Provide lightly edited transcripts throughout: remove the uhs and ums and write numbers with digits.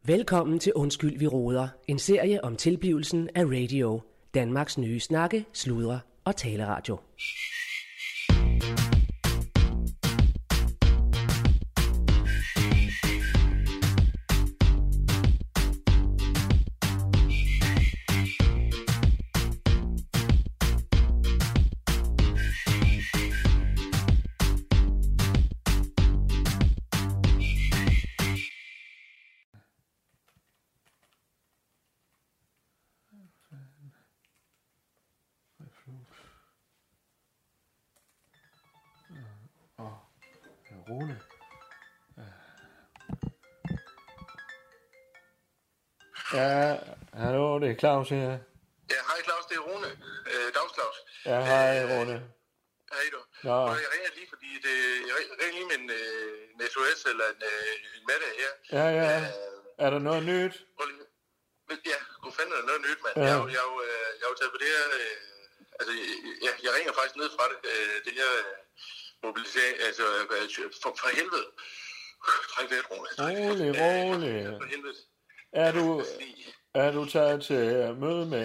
Velkommen til Undskyld, vi råder. En serie om tilblivelsen af radio. Danmarks nye snakke, sludre og taleradio. Rune. Ja, hallo, det er Claus her. Ja, hej Claus, det er Rune. Dags Claus. Ja, hej Rune. Hej du. Nå. Jeg ringer lige, fordi jeg ringer lige med en SOS eller en middag her. Ja. Er der noget nyt? Ja, hvor fanden er der noget nyt, mand? Ja. Jeg er jo taget på det her... jeg ringer faktisk ned fra det her mobilisering. Altså, for helvede. Træk vejret, Rune. Rolig. For helvede. Er du taget til møde med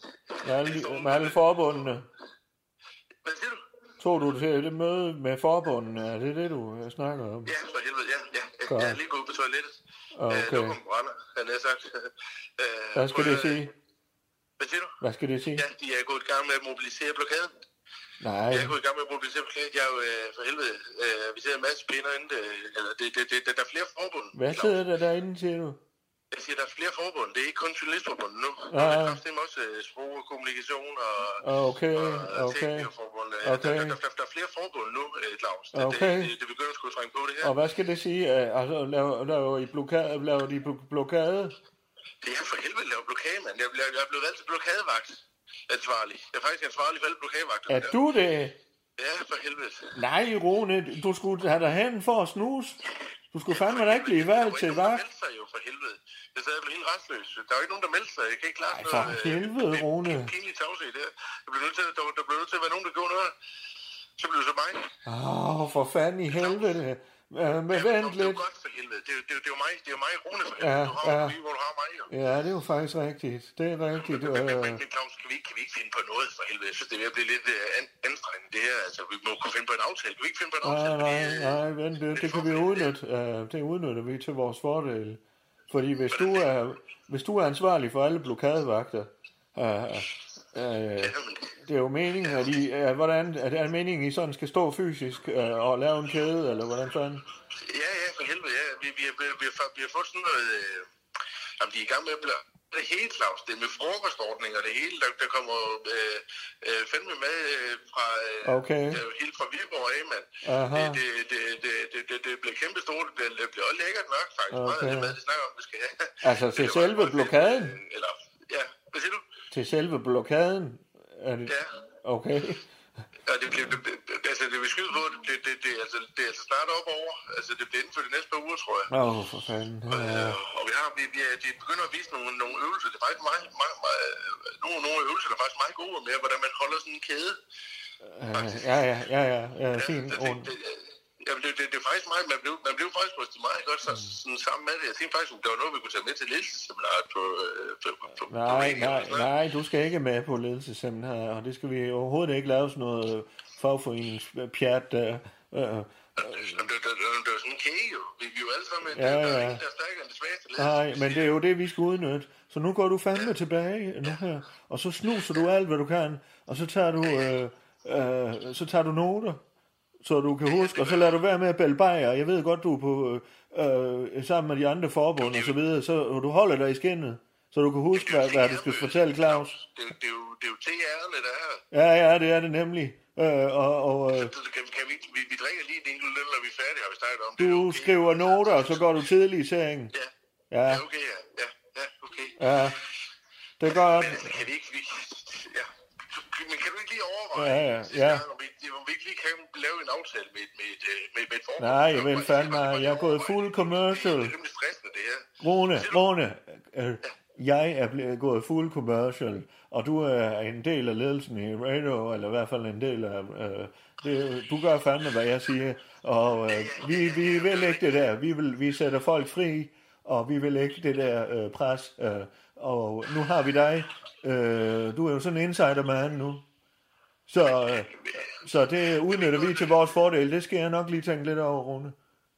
alle forbundene? Hvad siger du? Tog du til det møde med forbundene? Er det du snakker om? Ja, for helvede, ja. Jeg er lige gået på toilettet. Okay. Lukken brænder, han har sagt. Hvad skal det sige? Hvad siger du? Hvad skal det sige? Ja, de er gået i gang med at mobilisere blokaden. Nej. Jeg er gået i gang med at mobilisere blokaden. Jeg er jo for helvede. Vi ser en masse pinder inde. Der er flere forbund. Hvad sidder der derinde, siger du? Jeg siger, der er flere forbund. Det er ikke kun journalistforbundet nu. Ja. Der er kraftigt også sprog og kommunikation og teknikerforbund. Der er flere forbund nu, Claus. Det begynder sgu at trænge på det her. Og hvad skal det sige? Altså, laver de blokade? Det er for helvede lavet blokade, mand. Jeg er blevet valgt til blokadevagt ansvarlig. Jeg er faktisk ansvarlig for alle blokadevagter. Er du det? Ja, for helvede. Nej, Rune, du skulle have dig hen for at snuse. Du skulle fandme da ikke blive valgt til vagt. Der meldte sig jo for helvede. Jeg sad og blev helt restløs. Der er jo ikke nogen, der meldte sig. Jeg kan ikke klare noget. Nej, for helvede, Rune. Det er en pinlig tavshed der. Der blev nødt til at være nogen, der gjorde noget. Så blev det så mig. For fanden i helvede. Men vent lidt. Det er jo godt for helvede. Det er jo mig. Det er jo mig, Rune, for helvede. Du har jo hvor du har mig jo. Ja, det er jo faktisk rigtigt. Det er rigtigt. Men Claus, kan vi ikke finde på noget for helvede? Jeg synes, det er ved at blive lidt anstrengende det her. Altså, vi må kunne finde på en aftale. Kan vi ikke finde på en aftale? Nej, vent. Det kan vi udnytte. Det udnytter vi til vores fordel. Fordi hvis du er ansvarlig for alle blokadevagter, det er jo meningen, at er det meningen, I sådan skal stå fysisk og lave en kæde, eller hvordan sådan? Ja, for helvede, ja. Vi har fået sådan noget... de er i gang med at blive... Det hele, Claus, det er med frokostordning og det hele, der kommer fandme med fra helt fra Viborg af, mand. Det bliver kæmpe stort, det bliver også lækkert nok, faktisk. Meget af det mad, det snakker om, det skal have. Altså til selve blokaden? Ja, hvad siger du? Til selve blokaden? Ja. Okay. Ja, det vi skyder på, det er altså snart op over. Altså, det bliver inden for de næste par uger, tror jeg. For fanden. Og de begynder at vise nogle øvelser. Det er faktisk nogle øvelser, der er faktisk meget gode med, hvordan man holder sådan en kæde. Ja, fint. Det er faktisk meget, man blev faktisk på meget godt sådan sammen med det. Jeg tænkte faktisk, at der var noget, vi kunne tage med til ledelsesseminaret på Nej, du skal ikke med på ledelsesseminaret, og det skal vi overhovedet ikke lave sådan noget fagforeningspjat. Det er sådan en kage jo. Vi er jo alle sammen der er stærkere end det svageste ledelse. Nej, men det er jo det, vi skal udnytte. Så nu går du fandme tilbage nu her, og så snuser du alt, hvad du kan, og så tager du noter. Så du kan huske, og så lader du være med at bælge bajer. Jeg ved godt, du er på sammen med de andre forbund og så videre, så du holder dig i skinnet, så du kan huske, hvad du skal fortælle, Claus. Det er jo TR'erne, der er. Ja, det er det nemlig. Kan vi drikker lige en enkelt øl, når vi er færdige, har vi snakket om. Du skriver noter, og så går du tidligt i seng. Ja, okay, ja, okay. Ja, det er godt. Men kan vi ikke... Men kan du ikke lige overveje, om vi ikke lige kan lave en aftale med et forbund? Nej, jeg vil fandme, jeg er gået fuld commercial. Det er rimelig stressende, det Rune, her. jeg er gået fuld commercial, og du er en del af ledelsen i radio, eller i hvert fald en del af... du gør fandme, hvad jeg siger, og vi vil ikke det der. Vi sætter folk fri, og vi vil ikke det der pres. Og nu har vi dig. Du er jo sådan en insiderman nu. Så det udnytter vi til vores fordel. Det skal jeg nok lige tænke lidt over, Rune.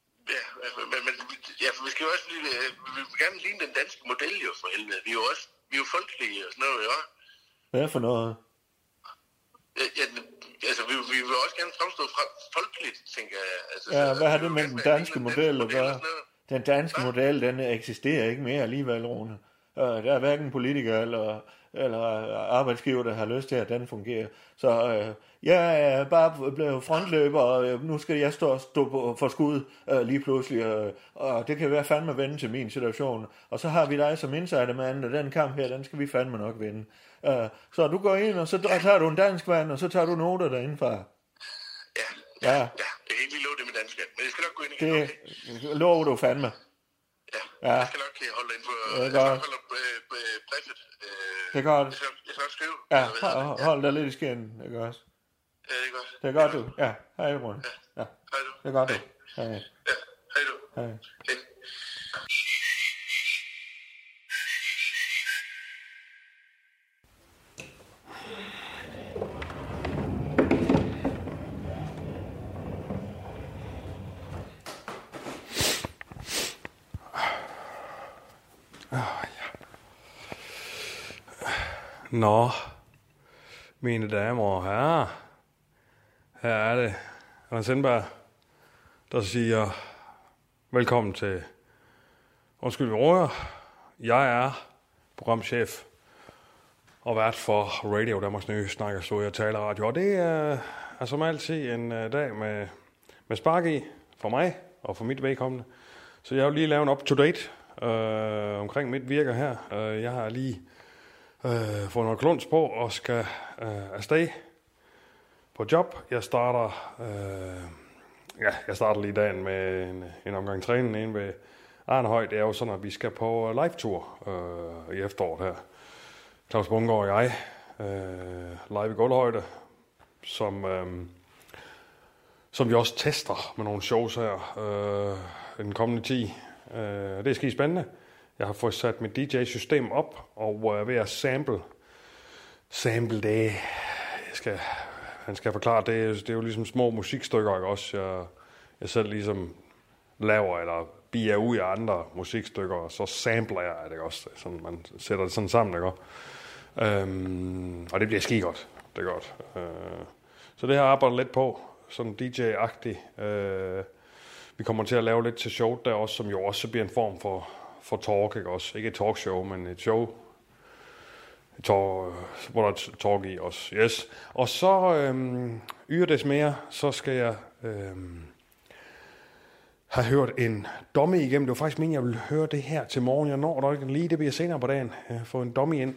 Ja, for vi skal jo også lige, vi vil gerne ligne den danske model jo for helvede. Vi er jo folkelige og sådan noget, jo. Hvad for noget? Ja, altså vi vil også gerne fremstå folkeligt, tænker jeg. Altså, ja, hvad har det med den danske model at gøre? Den danske model, den eksisterer ikke mere alligevel, Rune. Der er hverken politikere eller arbejdsgiver, der har lyst til, at den fungerer. Så jeg er bare blevet frontløber, og nu skal jeg stå for skud lige pludselig, og det kan være fandme vende til min situation. Og så har vi dig som insidermand, og den kamp her, den skal vi fandme nok vinde. Så du går ind, og så tager du en dansk vand, og så tager du noter derindefra. Ja, jeg kan ikke lige love det med dansk vand, men jeg skal nok gå ind igen. Det lover du fandme. Ja, jeg skal nok holde ind på, jeg skal nok holde brevet. Det er godt. Jeg skal nok skrive. Ja, hold dig lidt i skænden, ikke også? Ja, det er godt. Det er godt, du. Ja, hej, Rune. Ja, hej du. Det er godt, du. Hej. Ja, hej du. Hej. Hej. Nå, mine damer og herrer, her er det Anders Sindberg, der siger velkommen til Undskyld, vi råder. Jeg er programchef og vært for Radio Danmarks Nye Snakker, Sludder og Taleradio. Og det er som altid en dag med spark i for mig og for mit vedkommende. Så jeg vil lige lave en up-to-date omkring mit virke her. Jeg har lige fået noget kluns på og skal afsted på job. Jeg starter lige dagen med en omgang træning inde ved Arnehøj. Det er jo sådan, at vi skal på live-tur i efteråret her. Claus Bungård og jeg, live i gulvhøjde, som vi også tester med nogle shows her den kommende tid. Det er skide spændende. Jeg har fået sat mit DJ-system op og er ved at sample det. Han skal forklare, det er jo ligesom små musikstykker, ikke også? Jeg selv ligesom laver eller bier ud af andre musikstykker, og så sampler jeg det også. Sådan, man sætter det sådan sammen, ikke? Og det bliver skide godt. Det er godt. Så det har jeg arbejdet lidt på, sådan DJ-agtigt. Vi kommer til at lave lidt til show der også, som jo også bliver en form for talk, ikke også? Ikke et talkshow, men et show, hvor der er talk i også. Yes. Og så des mere, så skal jeg have hørt en dummy igennem. Det var faktisk meningen, jeg ville høre det her til morgen. Jeg når ikke lige, det bliver senere på dagen. Jeg har fået en dummy ind,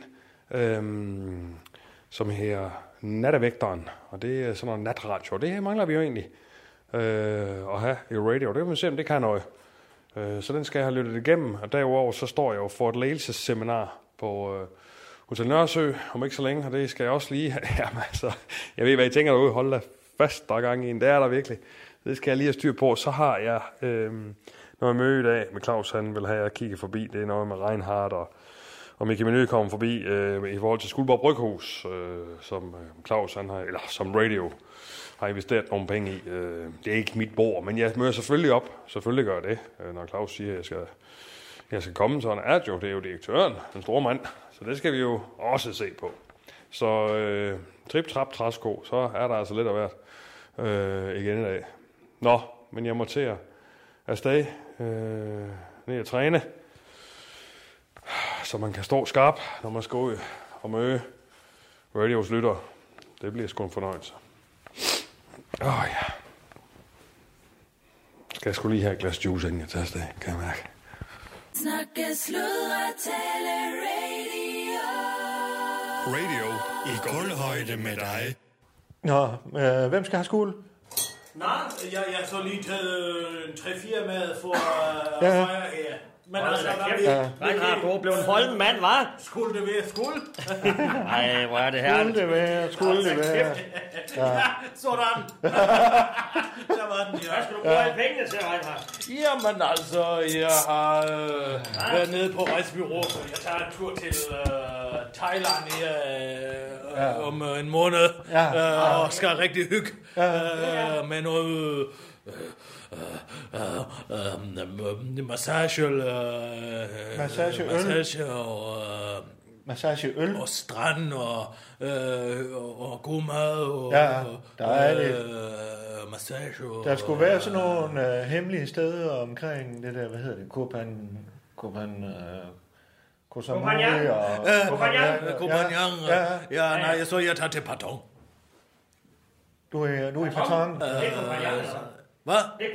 som her Nattevægteren, og det er sådan noget natradio. Det her mangler vi jo egentlig at have i radio. Det kan man se, om det kan noget. Så den skal jeg have lyttet igennem, og derudover så står jeg jo for et ledelsesseminar på Hotel Nørresø om ikke så længe, og det skal jeg også lige have. Jamen, altså, jeg ved, hvad I tænker derude. Hold da fast, der er gang i en. Det er der virkelig. Det skal jeg lige have styr på. Så har jeg noget møde i dag med Claus, han vil have at kigge forbi. Det er noget med Reinhardt og Mickey Meny kommer forbi i forhold til Skuldborg Bryghus, som Claus, han har, eller som Radio har investeret nogle penge i. Det er ikke mit bord, men jeg møder selvfølgelig op. Selvfølgelig gør det, når Claus siger, at jeg skal komme. Så er det jo direktøren, den store mand. Så det skal vi jo også se på. Så trip, trap, træsko, så er der altså lidt af hvert igen i dag. Nå, men jeg må til at afsted ned og træne, så man kan stå skarp, når man skal ud og møde radios lytter. Det bliver sgu en fornøjelse. Ja. Skal jeg sgu lige have et glas juice, inden jeg tager afsted, kan jeg mærke. Snakke, sludre, tale, radio. Radio i gulvhøjde med dig. Nå, hvem skal have skole? Nej, jeg så lige taget 3-4 med for at fejre her. Men altså, Reinhard, du er blevet en holden mand, hva'? Skulle det være skuld? Ej, hvor er det herligt. Skulle det være. Ja, sådan. Der var den, ja. Hvad skal du bruge alle pengene til, Reinhard? Jamen altså, jeg har været nede på rejsebureau, så jeg tager en tur til Thailand om en måned, og skal rigtig hygge med noget massageøl og strand og god mad og massage. Der skulle være sådan nogle hemmelige steder omkring det der, hvad hedder det, Koh Samui Ja, nej, så jeg tager til Patong. Du er i Patong? Hvad?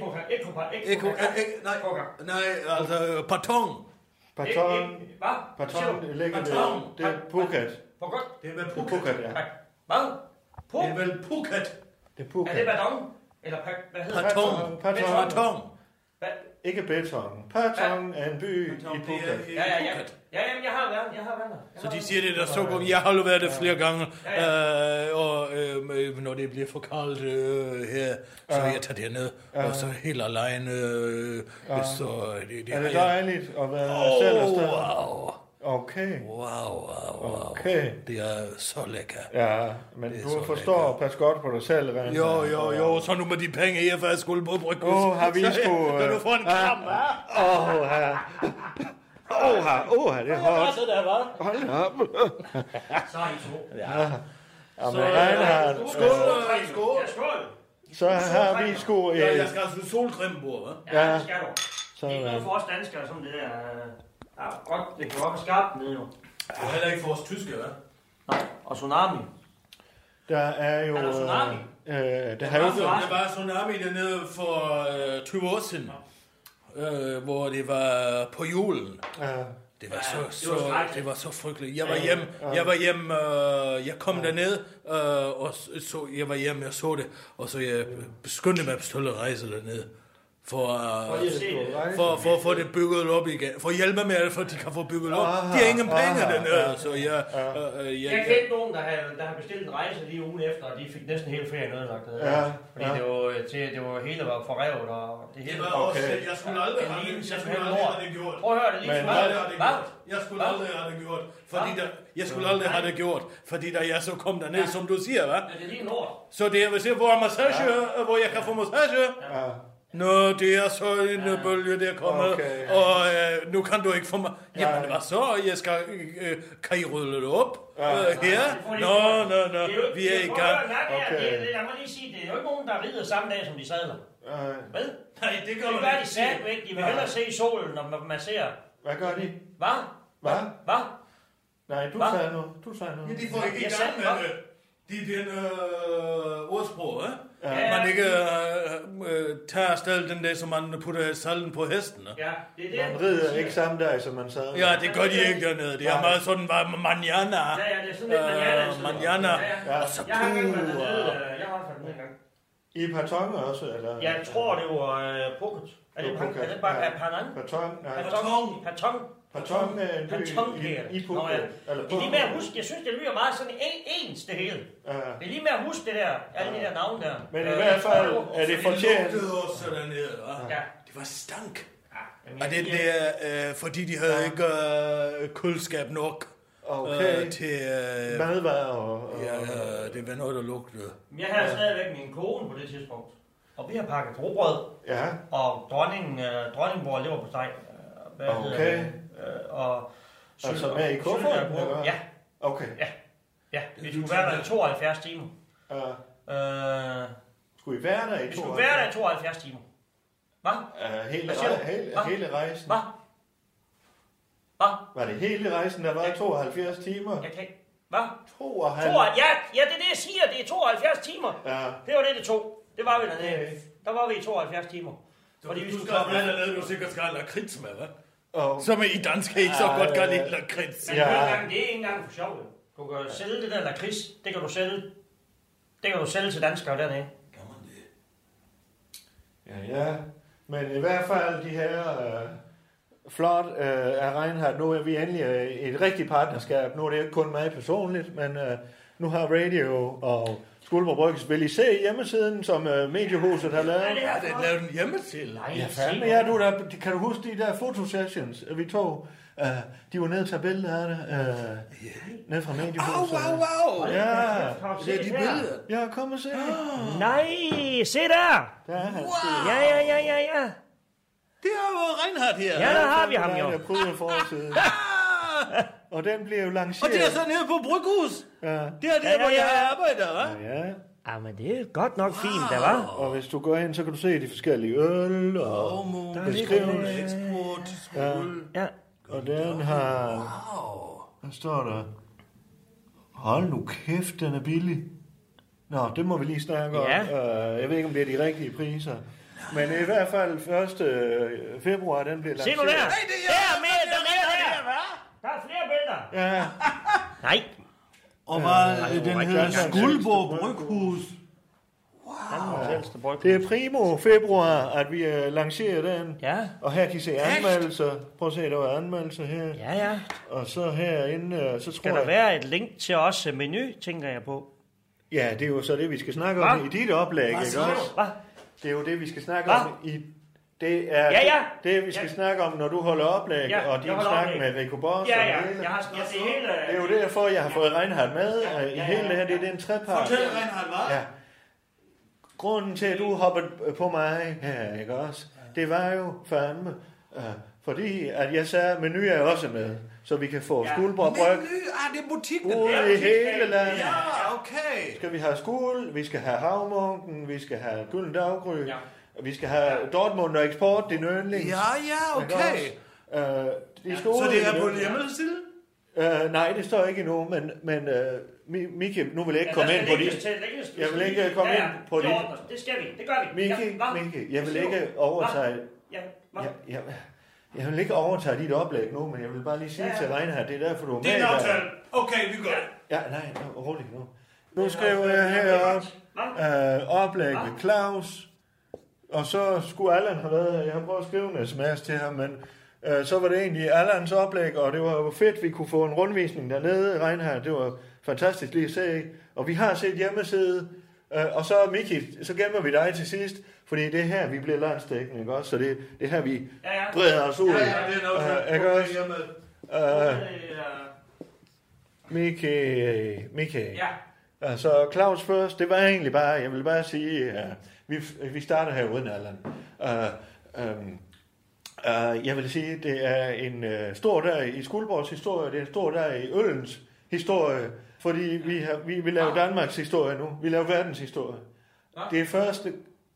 Nej, altså Patong. Patong ligger det er Phuket. Det er vel Phuket. Phuket, ja. Hvad? Det er vel Phuket. Det er Phuket. Er det Badong? Eller hvad hedder det? Patong. Ikke Beton. Patong er en by i Phuket. Ja, jamen, jeg har været der. Så de siger det der så godt. Jeg har jo været der flere gange, og når det bliver for koldt her, så jeg tager derned, og så helt alene. Så er det dejligt at være selv afsted? Wow. Okay. Okay. Det er så lækker. Ja, men du forstår at passe godt på dig selv, Rene. Jo, så nu med de penge her, for jeg skulle på bryghus. Har vi sgu... Kan du få en kram, hva'? Det er hårdt. Hold op. Så er I to. Ja. Og med Reinhard... Skål. Så har vi sgu... Jeg skal altså solcreme på, hva'? Ja, det skal du. Det er ikke noget for os danskere, som det der... Ja, godt, det kan godt være skarpt nede, jo. Det er heller ikke for os tyske, hva'? Nej, og tsunami. Der er jo... Er der tsunami? Der var tsunami dernede for 20 år siden, hvor det var på julen. Det var så frygteligt. Jeg var hjemme, jeg kom derned, og så jeg var hjemme, jeg så det, og så jeg skyndte mig at rejse dernede. For at få det bygget op igen. For at hjælpe med det, for at de kan få bygget op. De har ingen penge dernede, så jeg kendte nogen, der har bestilt en rejse lige ugen efter, og de fik næsten hele ferien ødelagt. Fordi det var hele var forrevet, og det hele var også, jeg skulle aldrig have det gjort. Prøv at høre det lige Jeg skulle aldrig have det gjort. Jeg skulle aldrig have det gjort, fordi da jeg så kom derned, som du siger, hva'? Ja, det er lige nord. Så det er, hvis jeg får massage, hvor jeg kan få massage. Nå, det er så en bølge, der kommer, og nu kan du ikke få mig. Jamen, hvad så? Jeg skal, kan I rydde det op her? Nå, vi er i gang. Lad mig lige sige, det er jo ikke nogen, der rider samme dag, som de sadler. Hvad? Nej, det gør man ikke. De sat væk. De vil hellere se solen, når man ser. Hvad gør de? Hvad? Nej, du sagde noget. Ja, de får ikke i gang med det. Det er den ordsprog, man ikke tager afsted den dag, som man putter salten på hesten. Ja, det er det. Man rider ikke samme dag, som man sad. Ja, det gør de ikke dernede. Det er meget sådan, manjana. Ja, det er sådan lidt manjana. Og så jeg har engang været dernede. Jeg har været dernede engang. I Patong også, eller? Jeg tror, det var Phuket. Er det bare Patong? Patong er en by i Phuket. Det er lige med at huske, jeg synes, det lyder meget sådan ens det hele. Det er lige med at huske det der, alle de der navne der. Men i hvert fald er det fortjent. Det var stank. Og det er fordi de havde ikke køleskab nok. Til madvarer ja, det var noget, der lugtede. Jeg havde stadigvæk min kone på det tidspunkt. Og vi har pakket rugbrød. Ja. Og dronningbord lever på steg. Og altså med i kufferten? Ja. Okay. Ja, vi skulle være der i 72 timer. Skulle I være der i 72 timer? Vi skulle være der i 72 timer. Hvad? Hele rejsen? Hvad? Var det hele rejsen, der var 72 timer? Jeg kan ikke. Hvad? 72? Ja, det er det, jeg siger. Det er 72 timer. Ja. Det var det tog. Det var vi dernede. Der var vi i 72 timer. Fordi du skal være dernede, du sikkert skal have lakrids med, hva'? Som I dansk ikke så godt kan lide lakrids. Men det er ikke engang for sjov. Du kan sælge det der lakrids. Det kan du sælge. Det kan du sælge til danskere dernede. Kan man det? Ja. Men i hvert fald de her flot af Reinhardt. Nu er vi endelig et rigtigt partnerskab. Nu er det ikke kun mig personligt, men nu har Radio og Skuldborg Brygges. Vil I se hjemmesiden, som Mediehuset har lavet? Ja, det har lavet en hjemmeside. Ja, fandme. Ja, kan du huske de der fotosessions, vi tog? De var nede og tage billeder af det. Nede fra Mediehuset. Wow. Ja, det er de billeder. Ja, kom og se. Nej, se der! Der er han. Ja. Det er jo Reinhardt her. Ja, der har vi ham jo. Der er prøvet forsiden. Og den bliver jo lanceret. Og det er så nede på Bryghus. Ja. Det er der, hvor jeg arbejder, hva'? Ja. Ja, men det er godt nok fint, der var. Og hvis du går ind, så kan du se de forskellige øl og beskrivelse. Eksport, skole. Ja. Og den har... Hvad står der? Hold nu kæft, den er billig. Nå, det må vi lige snakke om. Jeg ved ikke, om det er de rigtige priser. Men i hvert fald 1. februar, den bliver lanceret. Se nu der! Nej, det er Der med, der er flere billeder. Ja. Nej. Og hvad den hedder Skuldborg Bryghus. Det er primo februar, at vi lancerer den. Ja. Og her kan I se anmeldelser. Prøv at se, der var anmeldelser her. Ja. Og så herinde, så tror Skal der være et link til os menu, tænker jeg på? Ja, det er jo så det, vi skal snakke om i dit oplæg, ikke også? Hvad? Det er jo det, vi skal snakke om i... Det er det, vi skal snakke om, når du holder oplæg, og din snak med Rico Boss. Ja. Jeg det hele... Det er jo derfor, jeg har fået Reinhardt med i hele det her. Det er den trepart. Fortæl Reinhardt, hvad? Ja. Grunden til, at du hoppede på mig her, ikke også? Det var jo fandme... fordi at jeg sagde, at menu er også med, så vi kan få Skuldborg Bryg. Menu? Det er butikken. Ude i hele landet. Ja, okay. Skal vi have Skuld, vi skal have Havmunken, vi skal have Gylden Daggry, vi skal have Dortmund og Eksport, din yndlings. Ja, okay. Så det er på en hjemmeside? Nej, det står ikke endnu, men Miki, nu vil jeg ikke komme ind på dit... Jeg vil ikke komme ind på dit... Det skal vi, det gør vi. Miki, jeg vil ikke overtage... Jeg vil ikke overtage dit oplæg nu, men jeg vil bare lige sige til Reinhardt, det er derfor, du er med. Det er en aftale. Okay, vi gør det. Ja, nej, roligt nu. Nu skriver jeg heroppe oplæg med Claus, og så skulle Allan have været, jeg har prøvet at skrive en sms til ham, men så var det egentlig Allans oplæg, og det var jo fedt, vi kunne få en rundvisning dernede, Reinhardt, det var fantastisk lige at se, og vi har set hjemmeside, og så Miki, så gemmer vi dig til sidst, fordi det er her, vi bliver landsdækkende, ikke også? Så det er her, vi breder os ud. Ja, det er noget, ikke også? Miki. Ja. Så Claus først, det var egentlig bare, jeg vil bare sige, vi starter her uden Allan. Jeg vil sige, det er en stor dag i Skuldborgs historie, det er en stor dag i Øllens historie, fordi vi laver Danmarks historie nu, vi laver verdens historie. Det er første...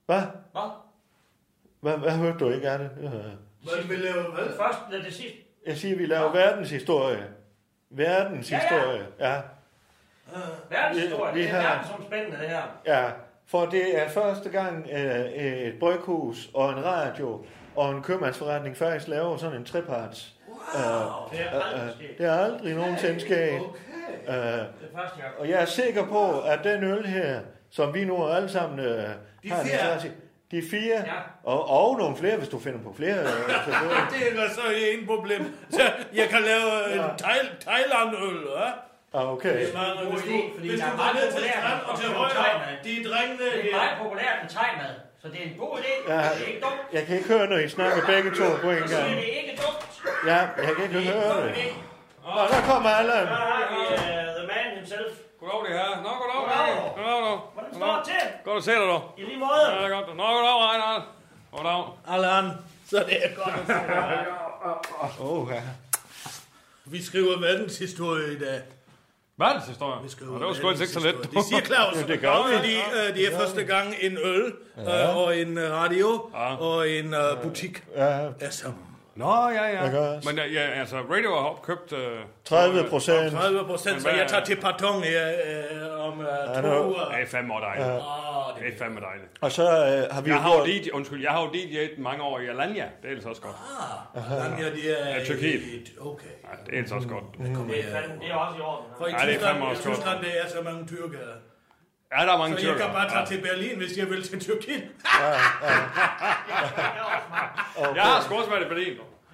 Hvad hørte du ikke af det? Hvad vil lave hvad? Først eller det sidste? Jeg siger, vi laver verdens historie. Verdens historie, ja. Verdenshistorie, det er verdens som spændende det her. Ja, for det er første gang et bryghus og en radio og en købmandsforretning faktisk laver sådan en treparts. Det er aldrig nogensinde sket. Og jeg er sikker på, at den øl her, som vi nu alle sammen har en interesse i, de 4, og nogle flere, hvis du finder på flere. Det er så en problem. Så jeg kan lave en Thailand-øl, hva'? Okay. Det er meget god idé, fordi det er meget populært. De drengene... Det er meget populært med thai-mad, så det er en god idé. Det er ikke dumt. Jeg kan ikke høre, når I snakker begge to på en gang. Det er ikke dumt. Ja, jeg kan ikke høre det. Nå, der kommer Allan. Der har vi the man himself. Goddag, det her. Nå, goddag. Hvordan står det til? Godt at se dig, du. I lige måde. Ja, det er godt. Nå, goddag, Reinhardt. Goddag. Allan, så det er godt at se dig. Vi skriver verdenshistorie i dag. Verdenshistorie? Det var sgu ikke så let. Det siger Claus. Det gør vi. Fordi det er første gang en øl, og en radio, og en butik. Altså. Nå, ja. Men altså, radio har opkøbt... 30%. 30%, så jeg tager til Parton her om 2 uger. Det er fandme dejligt. Det er fandme dejligt. Og så har vi jeg har jo DJ'et mange år i Alanya. Det er ellers også godt. Alanya, det er... Tyrkiet. Okay. Ja, det er ellers også godt. Det er også i orden. For i Tyskland, det er så mange tyrker. Ja, der er mange så tyrker. Så jeg kan bare tage til Berlin, hvis jeg vil til Tyrkiet. Jeg har sgu også været i Berlin.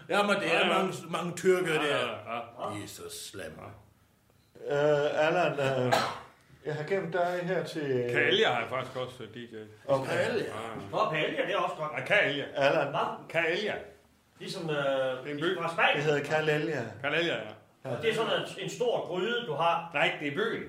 Jamen, det er mange tyrker der. De er så slemme. Allan, jeg har gemt dig her til... Kaelia har jeg faktisk også DJ. Okay. Kaelia? Kaelia, det er også godt. Kaelia. Allan. Hvad? Kaelia. Ligesom en by. fra Spanien. Det hedder Kaelia. Kaelia, ja. Det er sådan en stor gryde, du har. Nej, det er byen.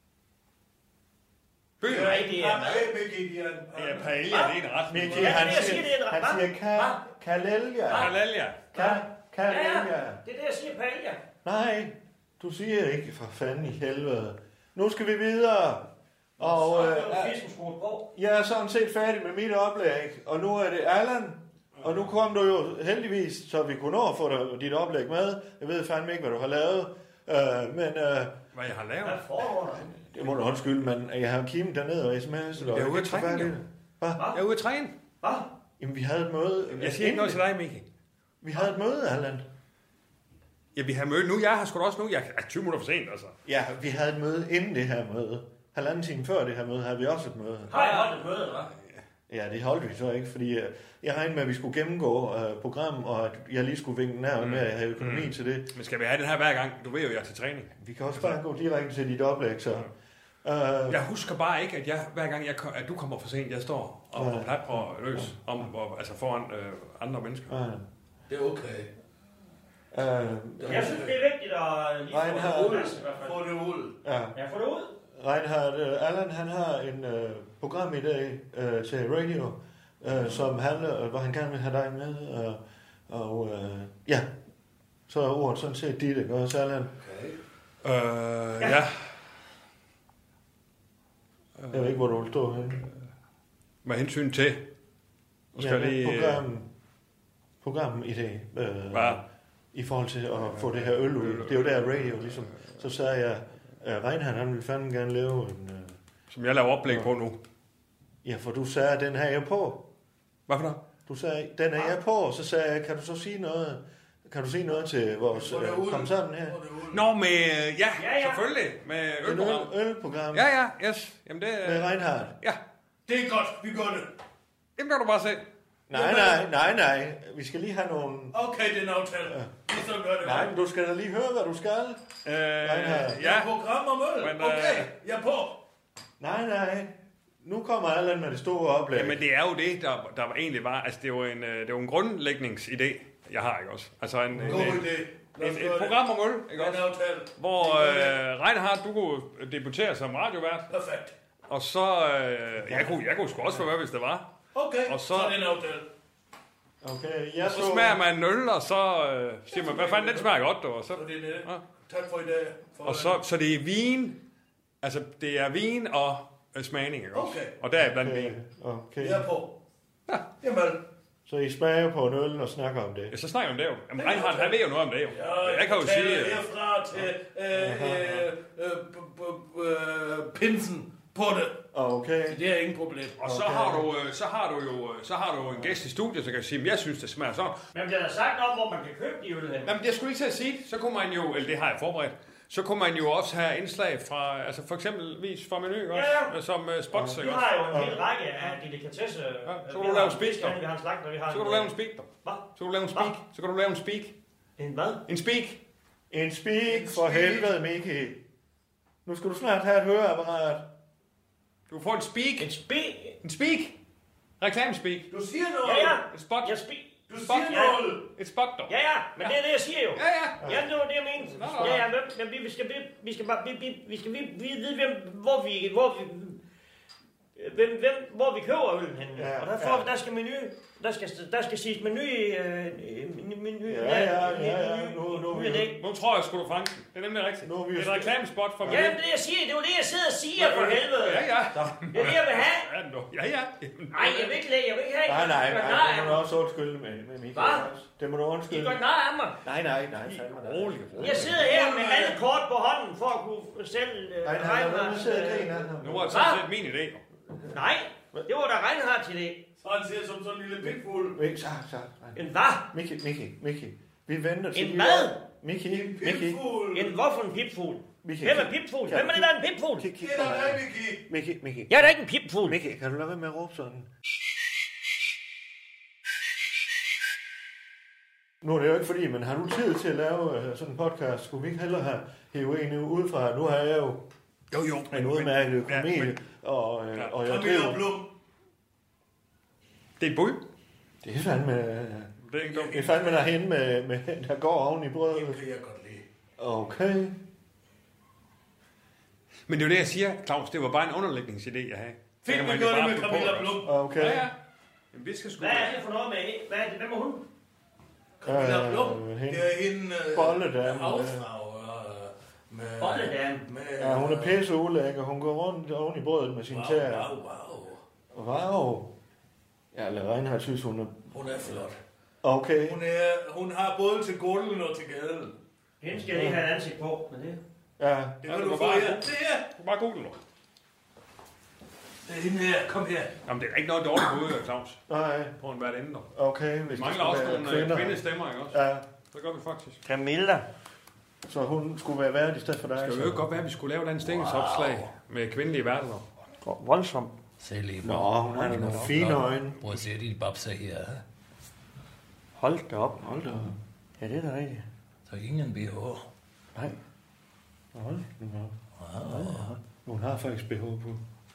Byen? Det er ikke det, Ja, paella, det er en ret. Miki, han siger Kaelia. Kaelia. Kaelia. Det er det, jeg siger, paella. Nej, du siger ikke for fanden i helvede. Nu skal vi videre. Og jeg er sådan set færdig med mit oplæg, og nu er det Allan. Og nu kom du jo heldigvis, så vi kunne nå at få dit oplæg med. Jeg ved fandme ikke, hvad du har lavet. Hvad jeg har lavet? Hvad foregår der? Det må du undskylde, men jeg har Kim dernede og sms'et. Jeg er ude at træne. Hvad? Jeg er ude at træne. Hvad? Jamen, vi havde et møde. Jeg siger ikke noget til dig, Miki. Vi havde et møde, Allan. Ja, vi har møde nu. Jeg har sgu da også nu. Jeg er 20 minutter for sent, altså. Ja, vi havde et møde inden det her møde. Halvanden time før det her møde havde vi også et møde. Har jeg holdt et møde, eller hvad? Ja, det holdt vi så ikke, fordi jeg regnede med, at vi skulle gennemgå program, og at jeg lige skulle vinke nær med, at jeg havde økonomi til det. Men skal vi have den her hver gang? Du ved jo, jeg er til træning. Vi kan også bare gå direkte til dit oplæg, så... Jeg husker bare ikke, at hver gang at du kommer for sent, jeg står og plapper løs altså foran andre mennesker. Det er okay. Jeg synes, det er vigtigt at lige få det ud. Ja, få det ud. Reinhard, Allan, han har en program i dag til radio, som handler, hvor han gerne vil have dig med, og ja, så er ordet sådan set dit, ikke også, Allan? Okay. Ja. Jeg ved ikke, hvor du vil stå henne. Med hensyn til? Programmet i dag, i forhold til at få det her øl ud. Det er jo der radio, ligesom. Så sagde jeg, Reinhard, han ville fandme gerne lave en... Som jeg laver oplæg på nu. Ja, for du sagde, at den her er jeg på. Hvad for noget? Du sagde, den er jeg på, og så sagde jeg, kan du så sige noget? Kan du sige noget til vores komme sammen her? Nå, med... Ja, selvfølgelig. Med ølprogram. Ølprogram. Ja, yes. Jamen det... Med Reinhard. Ja. Det er godt, vi gør det. Jamen kan du bare se. Nej. Vi skal lige have nogle... Okay, det er en aftale. Vi så gør det. Nej, men du skal da lige høre, hvad du skal. Ja. Program om øl. Men, okay, jeg er på. Nej. Nu kommer Allan med det store oplæg. Jamen det er jo det, der egentlig var. Altså det er jo en grundlægningsidé, jeg har, ikke også? Altså en et program om øl, ikke også? Hvor Reinhard, du kunne debutere som radiovært. Perfekt. Og så... jeg kunne sgu også være med, hvis det var. Okay, og så er det en aftale. Okay, så smager man en øl, og så siger man, hvad fanden, den smager godt, og så... Tak for i dag. Og så det er vin, altså det er vin og smagning, ikke også? Okay. Og der er blandt vin. Okay. Jeg er på. Ja. Jamen. Så I smager på en øl og snakker om det? Ja, så snakker vi om det jo. Jamen Reinhard, han ved jo noget om det jo. Ja, jeg kan jo sige... herfra til pinsen på det. Okay. Det er ingen problem. Og så har du jo en gæst i studiet, så kan jeg sige, at jeg synes, det smager sådan. Men bliver der sagt noget, hvor man kan købe de øl hen? Jamen, jeg skulle ikke til at sige, så kunne man jo, eller det har jeg forberedt, så kunne man jo også have indslag fra, altså for eksempelvis fra Meny også, som spots. Vi har jo en hel række af delikatesse. Så kan du lave speak. Vi har en slagter, vi har så kan du lave en speak. Hvad? Så kan du lave en speak. Så kan du lave en speak. En hvad? En speak. En speak for helvede, Miki. Nu skal du snart have et høreapparat. Du får en speak. En speak? En speak. Reklamespeak. Du siger noget. Ja. Et spot. Jeg speak. Du siger noget. Et spot, dog. Ja, men det er det, jeg siger jo. Ja. Ja, det var det, jeg mente. Ja, men vi skal vide, hvor vi køber øllen henne. Ja, og der skal menu, der skal siges menu Nu tror jeg sgu du fange. Det er nemlig rigtigt. Det er et reklamespot for ja, det jeg siger, det er jo det, jeg sidder og siger for helvede. Ja. Det er det, jeg vil have. Ja. Nej, jeg vil ikke have. Nej, det må du også undskylde med Michael. Hvad? Det må du undskylde. I går nej af mig. Nej. Rolig. Jeg sidder her med alle kort på hånden for at kunne sælge Reinhardt. Nu har jeg set min idé. Nej, det var da Reinhardt til det. Så han ser som sådan en lille pigfugl. Så. En hvad? Miki. Vi venter til... En hvad? Miki. En hvorfor en pipfugl? Miki. Hvem er pipfugl? Hvem er det, der er en pipfugl? Det er der, Miki. Jeg er da ikke en pipfugl. Miki, kan du lade være med at råbe sådan? Nu er det jo ikke fordi, men har du tid til at lave sådan en podcast? Skulle vi ikke hellere have hævet en udefra? Nu har jeg jo en udmærket økonomi, og jeg driver... Det er et bud. Det er fandme derhen med der går oven i brødet. Det kan jeg godt lide. Okay. Men det er jo det, jeg siger, Claus. Det var bare en underlægningsidé, jeg havde. Fint, vi gør det med Camilla Blum. Okay. Ja. Jamen, vi skal sgu... Hvad er det for noget med... Hvem er hun? Camilla Blum. Det er hende... Bolledame. Bolledame? Ja, hun er pisse ulækker. Hun går rundt oven i brødet med sin tæer. Wow. Ja, eller Reinhardt synes, hun er... Hun er flot. Okay. Hun har både til gulden og til gaden. Hende skal jeg ikke have et ansigt på, men det... Ja. Det kan du få her. Det er... Du bare google nu. Det er hende her. Kom her. Jamen, det er ikke noget dårligt bud, Claus. Nej. På en hvert ende. Okay, hvis vi mangler også nogle kvindestemmer, ikke også? Ja. Så gør vi faktisk. Camilla. Så hun skulle være værd i stedet for dig? Det skulle jo godt være, at vi skulle lave den stængsopslag med kvindelige verdener. Voldsomt. Se lige. Nå, hun har nogle fine øjne. Prøv at se de babser her. Hold da op. Ja, det er da rigtigt. Så ingen BH. Nej. Hold da op. Hun har faktisk BH på.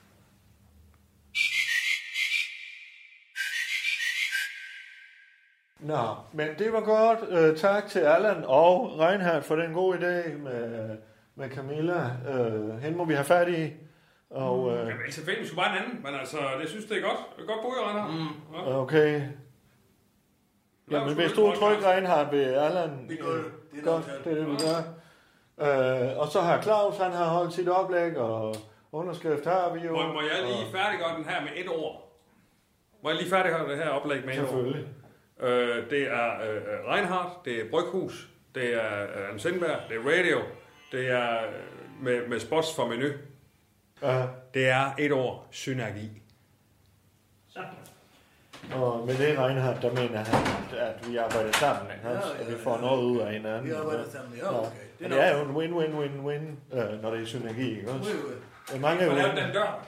Nå, men det var godt. Tak til Allan og Reinhardt for den gode idé med Camilla. Hende må vi have fat i. Og, Jamen, ikke så fedt, vi skulle bare en anden, men altså, det synes det er godt. Det er godt bud, Reinhardt. Ja. Okay. Jamen, hvis du trykker Reinhardt ved Allan, vi gør det. Godt, det er det, vi gør. Og så har Claus, han har holdt sit oplæg, og underskrift har vi jo. Må jeg lige færdiggøre den her med et ord? Må jeg lige færdiggøre det her oplæg med et ord? Selvfølgelig. Det er Reinhardt, det er Bryghus, det er Anders Sindberg, det er Radio, det er med spots for menu. Det er et ord, synergi. Og med det, Reinhardt, der mener han, at vi arbejder sammen, og vi får noget ud af hinanden. Vi arbejder sammen, ja, okay. Det er jo en win-win-win-win, når det er synergi, ikke også? Mange Hvor lavet den dør?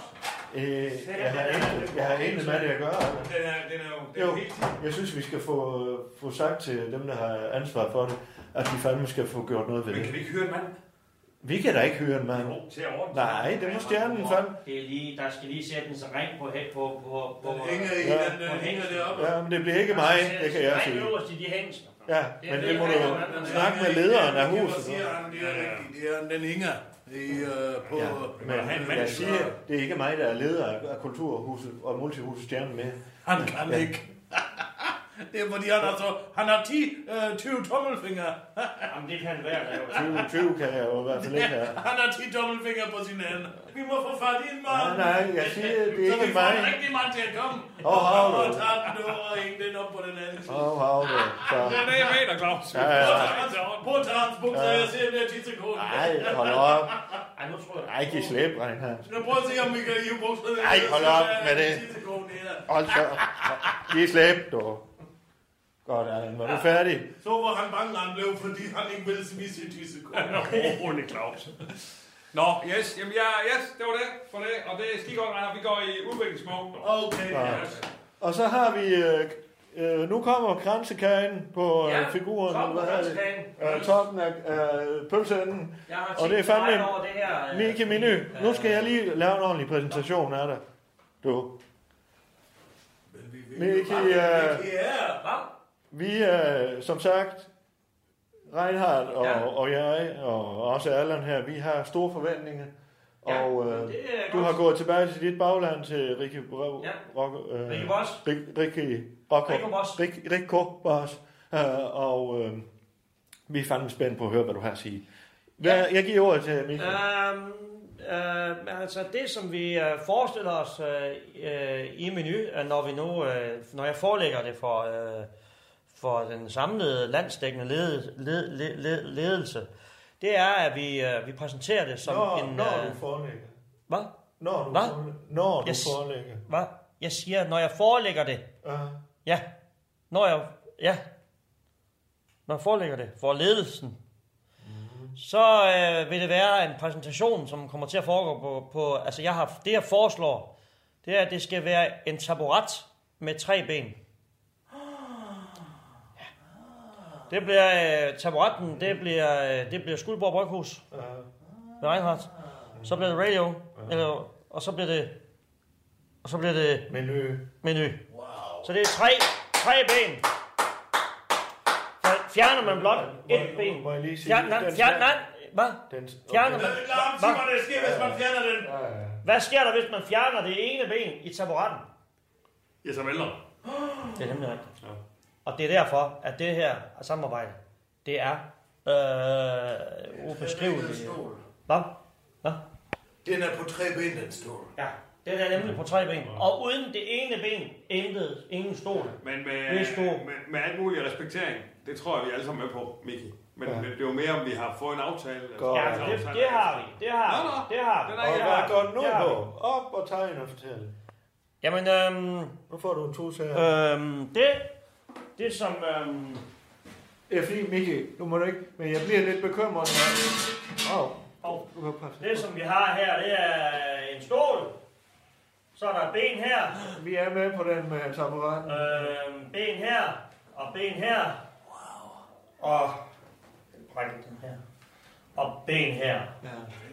Jeg har egentlig med det at gøre. Den er jo helt... Jeg synes, vi skal få sagt til dem, der har ansvar for det, at de fandme skal få gjort noget ved det. Men kan vi ikke høre en mand? Vi kan da ikke høre en mand. Nej, det må stjernen fandme. Det er lige, der skal lige sætte en ring på den hænger deroppe. Ja, men det bliver ikke mig, det kan jeg sige. Øverst i de hængser. Ja, men det må du snakke med lederen af huset. Det er den hænger på... Men jeg siger, det er ikke mig, der er leder af Kulturhuset og Multihuset Stjernen med. Han kan ikke. Det er fordi, han har 20 tommelfingre. Jamen, det kan være. 20 kan jeg jo i hvert fald ikke have. Han har 10 tommelfingre på sin hænder. Vi må få fat i en mand. Nej, jeg siger, det er ikke mig. Så vi får en rigtig mand til at komme. Og tage den og hænge den op på den anden side. Det er det, jeg mener, Claus. Prøv at tage hans bukser, jeg ser det her 10 sekunder. Nej, hold op. Ej, giv slip, Reinhardt. Nu prøv at se, om vi kan hive bukserne. Ej, hold op med det. Hold så. Giv slip, du. Godt, Allan. Var du færdig? Så var han bange, han blev, fordi han ikke ville vise i 10 sekunder. Rolig, Claus. Nå, yes. Jamen, yes, det var det for det. Og det er skide godt, Reinhardt. Vi går i udviklingsmode. Okay, yes. Og så har vi... nu kommer kransekagen på figuren. Toppen af pølseenden. Og det er fandme Mickey Menu. Nu skal jeg lige lave en ordentlig præsentation af dig. Du. Mickey, vi er, som sagt, Reinhardt og jeg, og også Allan her, vi har store forventninger. Og du har gået tilbage til dit bagland til Rikke Boss. Og vi er fandme spændt på at høre, hvad du har at sige. Jeg giver ordet til Michael. Altså det, som vi forestiller os i menu, når jeg forelægger det for den samlede landsdækkende ledelse, det er, at vi præsenterer det som når du forelægger. Hvad? Når du forelægger. Hvad? Jeg siger, når jeg forelægger det. Ja. Når jeg forelægger det for ledelsen, så vil det være en præsentation, som kommer til at foregå på altså det jeg foreslår, det er, at det skal være en taburet med 3 ben. Det bliver taburetten, det bliver Skuldborg Bryghus. Med Reinhardt. Så bliver det radio. Og så bliver det menu. Så det er tre ben. Fjerner man blot et ben. Må jeg lige sige... Fjerner man... Hvad? Fjerner man... Hvad sker, hvis man fjerner den? Hvad sker der, hvis man fjerner det ene ben i taburetten? Ja, så vælter. Det er nemlig rigtigt. Ja. Og det er derfor, at det her samarbejde, det er ubeskriveligt. Hvad? Den er på 3 ben, den stol. Ja, den er nemlig på 3 ben. Og uden det ene ben, ingen stol. Men med alt mulig respektering, det tror jeg, vi er alle sammen med på, Miki. Men det er jo mere, om vi har fået en aftale. Ja, det har vi. Det har vi. Og hvad går den ud på? Op og tegne og fortælle. Jamen, nu får du en tusind her. Det som... Det er fint, Miki. Nu må du ikke... Men jeg bliver lidt bekymret. Det som vi har her, det er en stol. Så er der ben her. Vi er med på den med taburetten. Ben her. Og ben her. Wow. Og... den her. Og ben her. Ja.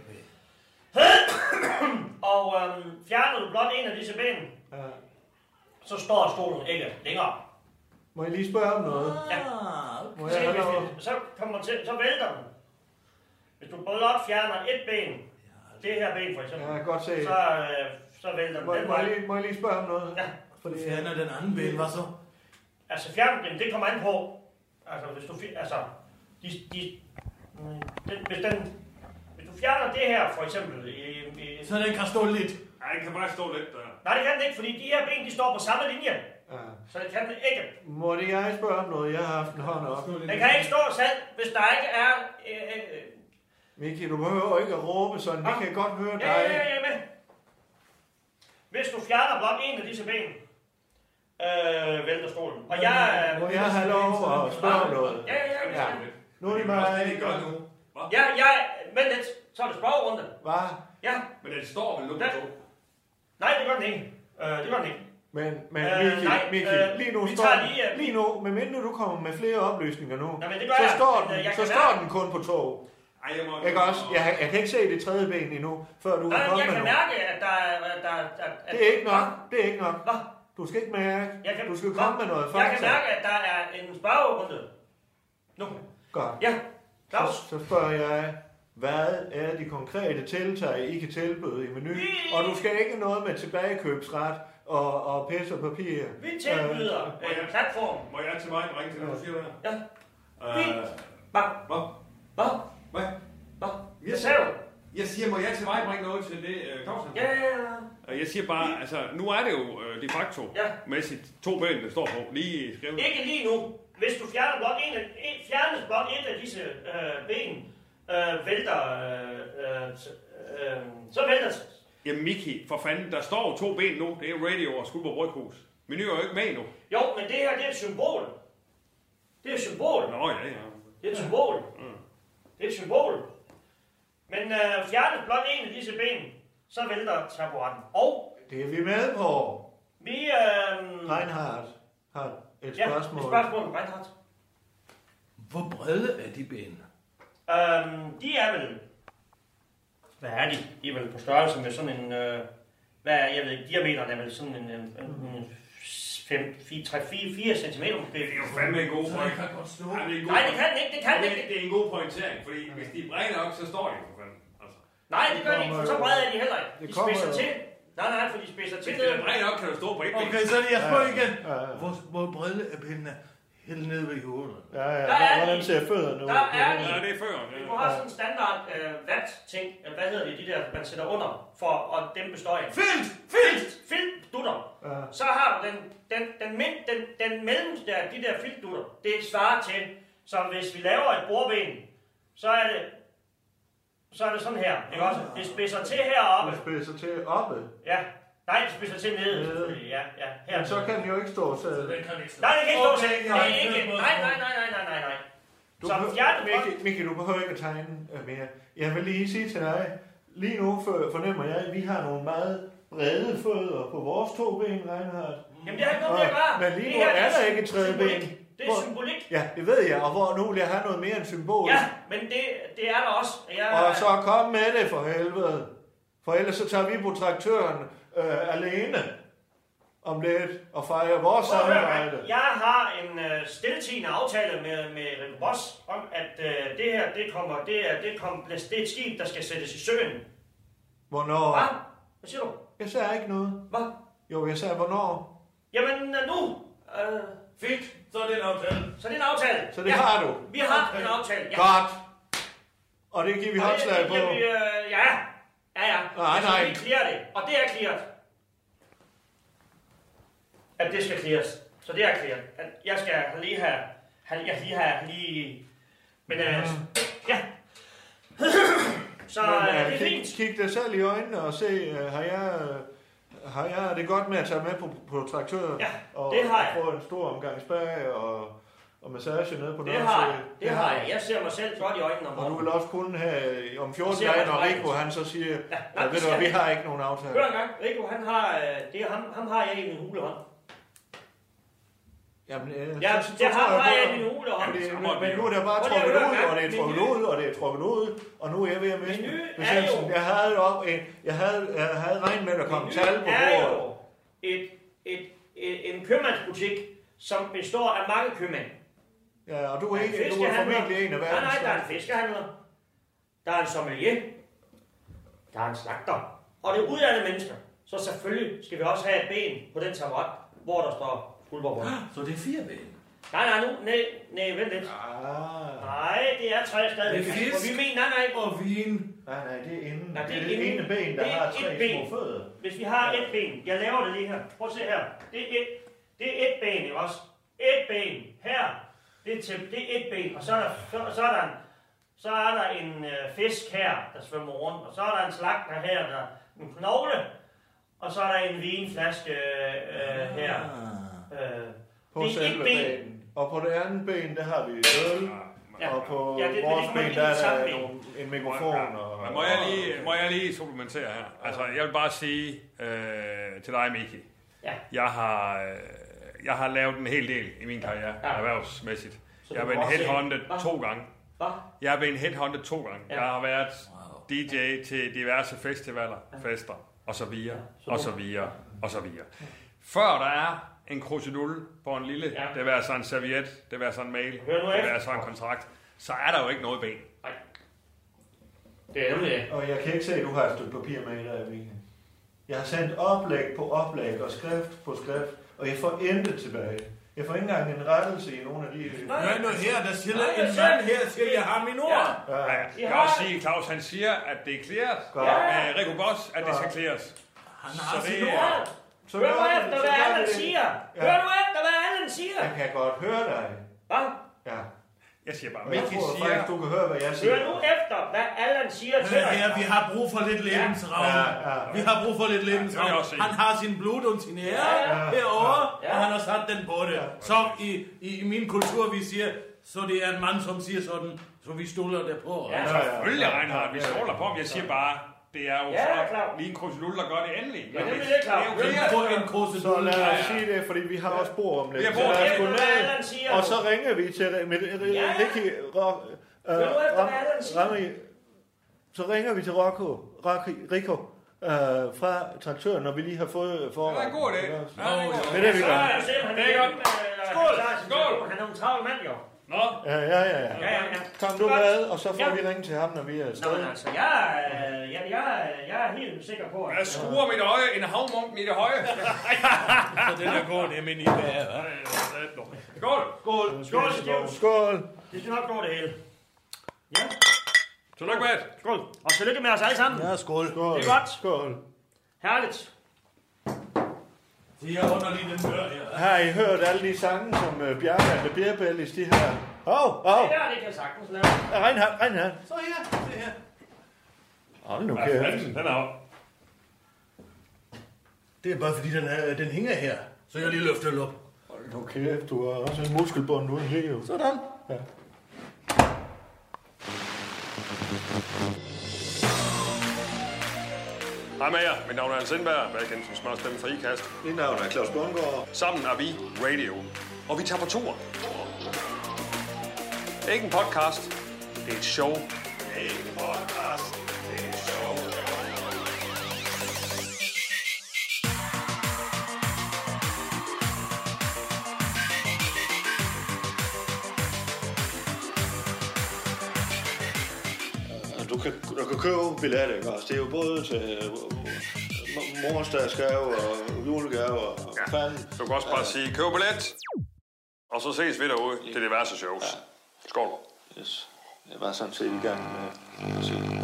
Og fjerner du blot en af disse ben, så står stolen ikke længere. Må jeg lige spørge om noget? Ja. Så vælter den. Hvis du blot fjerner et ben, det her ben for eksempel, godt se. så vælter den. Må jeg lige spørge om noget? Ja. Fordi fjerner den anden ben, hvad så? Altså fjerner den, det kommer an på. Altså hvis du hvis du fjerner det her for eksempel så den kan stå lidt. Nej, den kan bare stå lidt der. Nej, det kan den ikke, fordi de her ben, de står på samme linje. Ja. Så det kan den ikke. Må det jeg spørge om noget? Jeg har haft en hånd op. Den kan ikke stå selv, hvis der ikke er... Miki, du behøver ikke at råbe sådan. Vi kan godt høre dig. Ja, men. Hvis du fjerner blot en af disse ben, vælter stolen. Og må jeg have lov at spørge noget? Ja. Nu er det mig. Vent lidt. Så er det spørgerunde. Hvad? Ja. Men den står vel nu på 2? Nej, det gør den ikke. Men Miki, lige nu, medmindre du kommer med flere oplysninger nu, så står den kun på 2. Jeg kan ikke se det tredje ben endnu, før du har kommet med jeg kan mærke, at der det er ikke nok. Du skal ikke mærke. Du skal komme med noget fakta. Jeg kan mærke, at der er en spørgerunde. Nu. Godt. Ja. Så spørger jeg, hvad er de konkrete tiltag, I kan tilbyde i menu? Og du skal ikke noget med tilbagekøbsret og pis og papir. Vi tilbyder en platform. Må jeg til mig ringe til, når du siger det her? Ja. Hvad? Jeg siger, må jeg til mig bringe noget til det, Clausen? Ja. Jeg siger bare, altså, nu er det jo de facto mæssigt 2 ben, der står på, lige skrevet. Ikke lige nu. Hvis du fjerner blot et af disse ben, så vælter det. Jamen Miki, for fanden, der står 2 ben nu. Det er radio og Skuldborg Bryghus. Menu er jo ikke med nu. Jo, men det her, det er et symbol. Det er et symbol. Nå, ja. Det er et symbol. Det er et symbol. Men fjernes blot en af disse ben, så vælter taburetten. Og det er vi med på. Vi... Reinhardt har et spørgsmål. Et spørgsmål om Reinhardt. Hvor brede er de ben? De er vel... Hvad er de? De er vel på størrelse med sådan en... jeg ved ikke, diameteren er vel sådan en 4 centimeter måske. Det er jo fandme en god point. Nej, det kan den ikke, Det er en god pointering, fordi hvis de er brede nok, så står de for fanden. Altså. Nej, det gør de ikke, for så brede er de heller ikke. De spidser til. Nej, for de spidser til. Hvis det er brede nok, kan du stå på et ben. Okay, så er det, jeg spørger igen. Hvor brede er pindene? Helt nede ved jorden. Hvordan ser fødderne ud? Der er de. Ja, det er fødderne. Du har sådan en standard vat-ting. Hvad hedder det? De der, man sætter under for at dæmpe støjen. Filtdutter. Så har du den mellemste af de der filtdutter. Det svarer til, så hvis vi laver et bordben, så er det sådan her. Ikke også? Det spidser til heroppe. Det spidser til oppe? Ja. Nej, det spidser til nede. Ja. Her. Men så kan den jo ikke stå selv. Nej, det kan ikke stå selv. Nej. Miki, du behøver ikke at tegne mere. Jeg vil lige sige til dig, lige nu fornemmer jeg, at vi har nogle meget brede fødder på vores 2 ben, Reinhardt. Jamen det har ikke noget med at gøre. Men lige nu er der ikke et tredje ben. Det Det er symbolik. Ja, det ved jeg, og hvor nu vil jeg have noget mere end symbol. Ja, men det er der også. Og så kom med det for helvede. For ellers så tager vi på traktøren alene om lidt og fejrer vores samarbejde. Jeg har en stiltiende aftale med Rico Boss om, at det her, det er et skib, der skal sættes i søen. Hvornår? Hvad? Hvad siger du? Jeg sagde ikke noget. Hvad? Jo, jeg sagde hvornår. Jamen nu. Fint, så er det en aftale. Så det er en aftale. Så det har du? Vi har en aftale, ja. Godt. Og det giver vi håndslag på? Ja. Nej. Vi clear det, og det er clearet. At det skal clears. Så det er clearet. At jeg skal lige have... Men ja. Så det er fint. Kig dig selv i øjnene og se, har jeg det godt med at tage med på traktøren? Ja, og det har jeg. få en stor omgang spag og massage nede på det har jeg. Jeg ser mig selv godt i øjnene om og du vil også kunne have om 14 dage, når Rico han så siger, ved du, vi har ikke nogen aftale. Hør en gang, Rico han har, ham har jeg i min hulehånd. Jamen, det har jeg i min hulehånd. Men nu er der bare trukket ud, og det er trukket ud, og det er trukket ud, og nu er jeg ved at miste besættelsen. Jeg havde regnet med, at der kom tal på bordet. En købmandsbutik, som består af mange købmænd. Ja, og du er formentlig en af verdens. Nej, der er en fiskehandler. Der er en sommelier. Der er en slagter. Og det er uddannede mennesker. Så selvfølgelig skal vi også have et ben på den taburet, hvor der står Skuldborg. Så det er 4 ben? Nej, vent lidt. Nej, det er 3 stadig. Det er fisk, vi mener, nej. Og vin. Nej, det er inden. Nej, det er det ene ben, der har 3 små fødder. Hvis vi har et ben, jeg laver det lige her. Prøv at se her. Det er et ben, ikke også? Et ben her. Det er et ben, og så er der en fisk her, der svømmer rundt, og så er der en slagter her, der er en knogle, og så er der en vinflaske her. På selve benen. Og på det andet ben, der har vi øl, og på vores ben, der er der en mikrofon. Må jeg lige supplementere her? Altså, jeg vil bare sige til dig, Miki. Jeg har lavet en hel del i min karriere, erhvervsmæssigt. Jeg har været headhunted 2 gange. Jeg har været DJ til diverse festivaler, fester, og så videre. Før der er en krusedulle på en lille, det vil være sådan en serviet, det vil være sådan en mail, det vil være sådan en kontrakt, så er der jo ikke noget ben. Nej. Det er nemlig det. Og jeg kan ikke se, at du har et stykke papir med i dag, Miki. Jeg har sendt oplæg på oplæg og skrift på skrift, og jeg får intet tilbage. Jeg får ikke engang en rettelse i nogle af de... Nej, nu her, der siger en mand her, siger, jeg har min ord. Jeg kan også sige, Claus, han siger, at det er clearet med Rico Boss, at det skal cleares. Han har sin ord. Hør nu efter, hvad Allan siger. Jeg kan godt høre dig. Hvad? Ja. Jeg siger bare, jeg tror faktisk, du kan høre, hvad jeg siger. Hør nu efter, hvad Allan siger til dig. Vi har brug for lidt lebensraum. Vi har brug for lidt lebensraum. Han har sin blod og sin ære herovre, og han har sat den på det. Så i min kultur, vi siger, så det er en mand, som siger sådan, så vi stoler der på. Selvfølgelig, Reinhard, vi stoler på ham. Jeg siger bare, det er jo lige en krusedulle, der gør det endelig. Ja, det er jo en krusedulle. Så lad os sige det, fordi vi har også bord om lidt. Så lad os gå ned, og så ringer vi til Ricky så ringer vi til Rico fra traktøren, når vi lige har fået forret. Det er en god idé. Det er det, vi gør. Det er godt. Skål! Han er en travl mand, jo. Nå? Ja. Kom du med, og så får vi ringe til ham, når vi er afsted. Nå, men altså, jeg er helt sikker på, at... Jeg skruer mit øje, en havmunk i det høje. Så den er god, det er min idé. Skål! Det skal nok gå det hele. Ja. Tillykke med det. Skål. Og tillykke med os alle sammen. Ja, skål. Det er godt. Skål. Herligt. Så jeg holder lige den dør her. Har I hørt alle de sange, som Bjarke og Bjerbellis, de her? Det kan jeg sagtens lave. Reinhard. Så her, se her. Hold nu kæft. Den er op. Det er bare fordi, den hænger her. Så jeg lige løfter den op. Hold nu kæft, du har også en muskelbånd uden hæve. Sådan. Ja. Hej med jer, mit navn er Hans Sindberg, hvad jeg kendt som smørstemme fra IKAST. Mit navn er Claus Bundgaard. Sammen er vi Radio, og vi tager på tur. er ikke en podcast. Det er et show. Det er ikke en podcast. Det er et show. Du kan købe billetter, ikke også? Det er jo både til morsdagsgave og julegave og fanden. Du kan også bare sige, køb billet, og så ses vi derude til diverse shows. Ja. Skål. Yes. Jeg var sådan set i gang med at sige.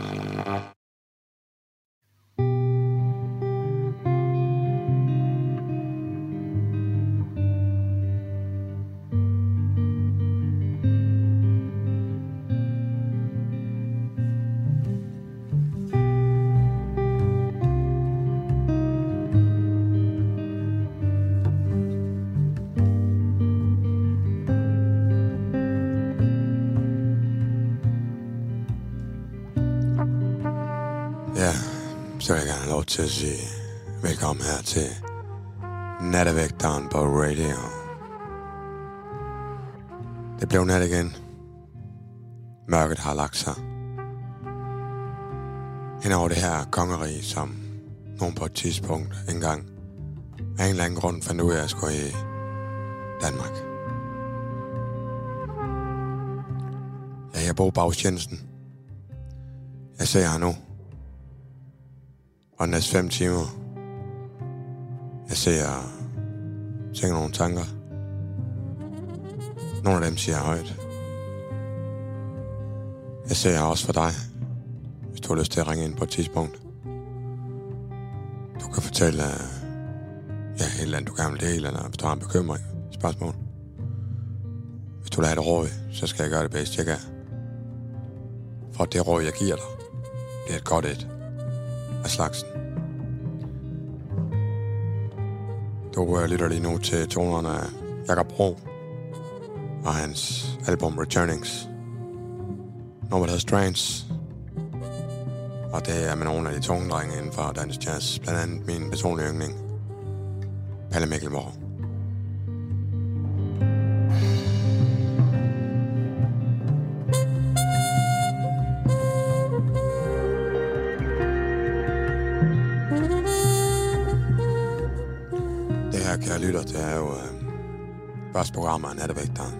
Så vil jeg gerne have lov til at sige velkommen her til Nattevægteren på Radio. Det blev nat igen. Mørket har lagt sig hen over det her kongerige, som nogen på et tidspunkt engang af en eller anden grund fandt ud af at skulle i Danmark. Jeg er Bo Baus Jensen. Jeg ser her nu. Og næste 5 timer, jeg tænker nogle tanker. Nogle af dem siger jeg højt. Jeg ser også for dig, hvis du har lyst til at ringe ind på et tidspunkt. Du kan fortælle, et eller andet, du gerne vil dele, eller hvis du har en bekymring, spørgsmål. Hvis du vil have et råd, så skal jeg gøre det bedst, jeg kan. For det råd, jeg giver dig, det er et godt et af slagsen. Du lytter lige nu til tonerne af Jakob Bro og hans album Returnings. Nummer hedder Strange. Og det er med nogle af de tunge drenge inden for dansk jazz. Blandt andet min personlige yndling, Palle Mikkelborg. Jeg lytter til er jo første program af Nattevægteren.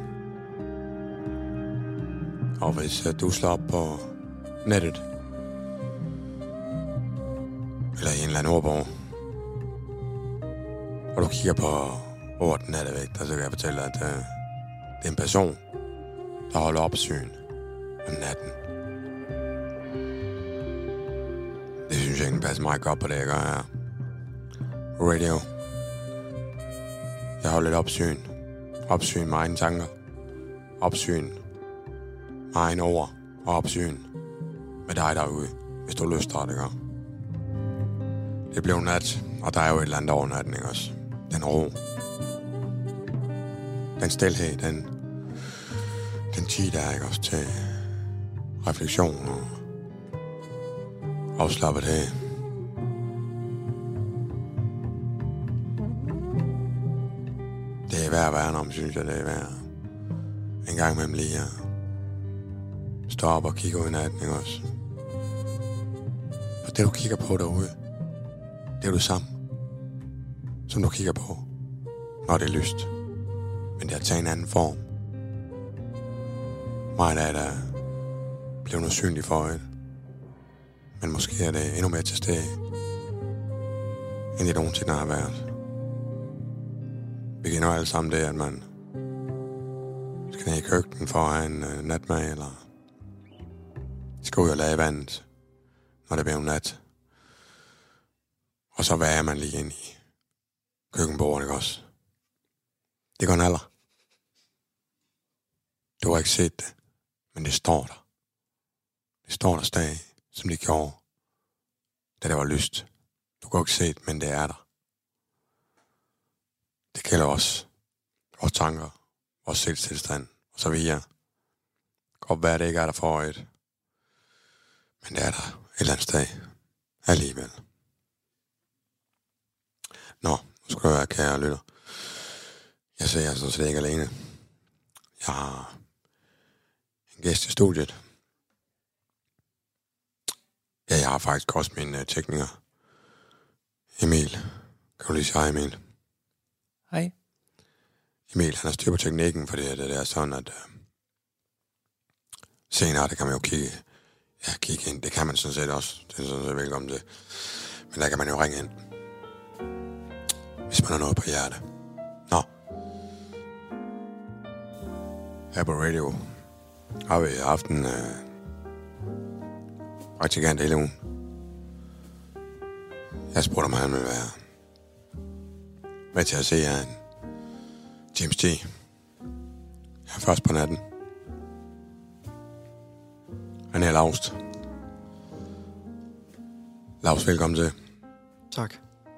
Og hvis du slår op på nettet, eller i en eller anden ordbog, og du kigger på ordet Nattevægter, så kan jeg fortælle, at det er en person, der holder opsyn om natten. Det synes jeg ikke passer meget godt på det, jeg gør her. Radio. Jeg holder lidt opsyn. Opsyn med egne tanker. Opsyn med egne ord. Og opsyn med dig derude, hvis du lyster det, gør. Det blev nat, og der er jo et eller andet over natten, ikke også? Den ro. Den stilhed, den tid, der er, ikke også, til refleksion og afslappethed. Det er værd at værne om, synes jeg, det er værd. En gang imellem lige at stå op og kigge ud i natten, ikke også? Og det, du kigger på derude, det er jo det samme, som du kigger på, når det er lyst. Men det har taget en anden form. Meget af det er blevet noget synligt for øjet. Men måske er det endnu mere til stede, end det nogensinde har været. Vi kender alle sammen det, at man skal ned i køkkenet for at have en natmad, eller skal ud og lade vandet, når det bliver nat. Og så værer man lige ind i køkkenbordet, ikke også? Det går en alder. Du har ikke set det, men det står der. Det står der stadig, som det gjorde, da det var lyst. Du kan ikke se det, men det er der. Det gælder også vores tanker, vores selvtilstand, og så videre. Godt være, det ikke er der for øjet. Men det er der et eller andet sted alligevel. Nå, nu skal jeg være kære lytter. Jeg ser sådan set ikke alene. Jeg har en gæst i studiet. Ja, jeg har faktisk også min tekniker. Emil. Kan du lige sige hej, Emil? Hej. Emil, han har styr på teknikken, for det er sådan, at senere, det kan man jo kigge ind. Det kan man sådan set også. Det er sådan set velkommen til. Men der kan man jo ringe ind, hvis man har noget på hjerte. Nå. Her på radio har vi haft en praktikant hele ugen. Jeg spurgte, om han ville være med til at se jer en James T. Jeg er først på natten. Han er Laust. Laust, velkommen til. Tak.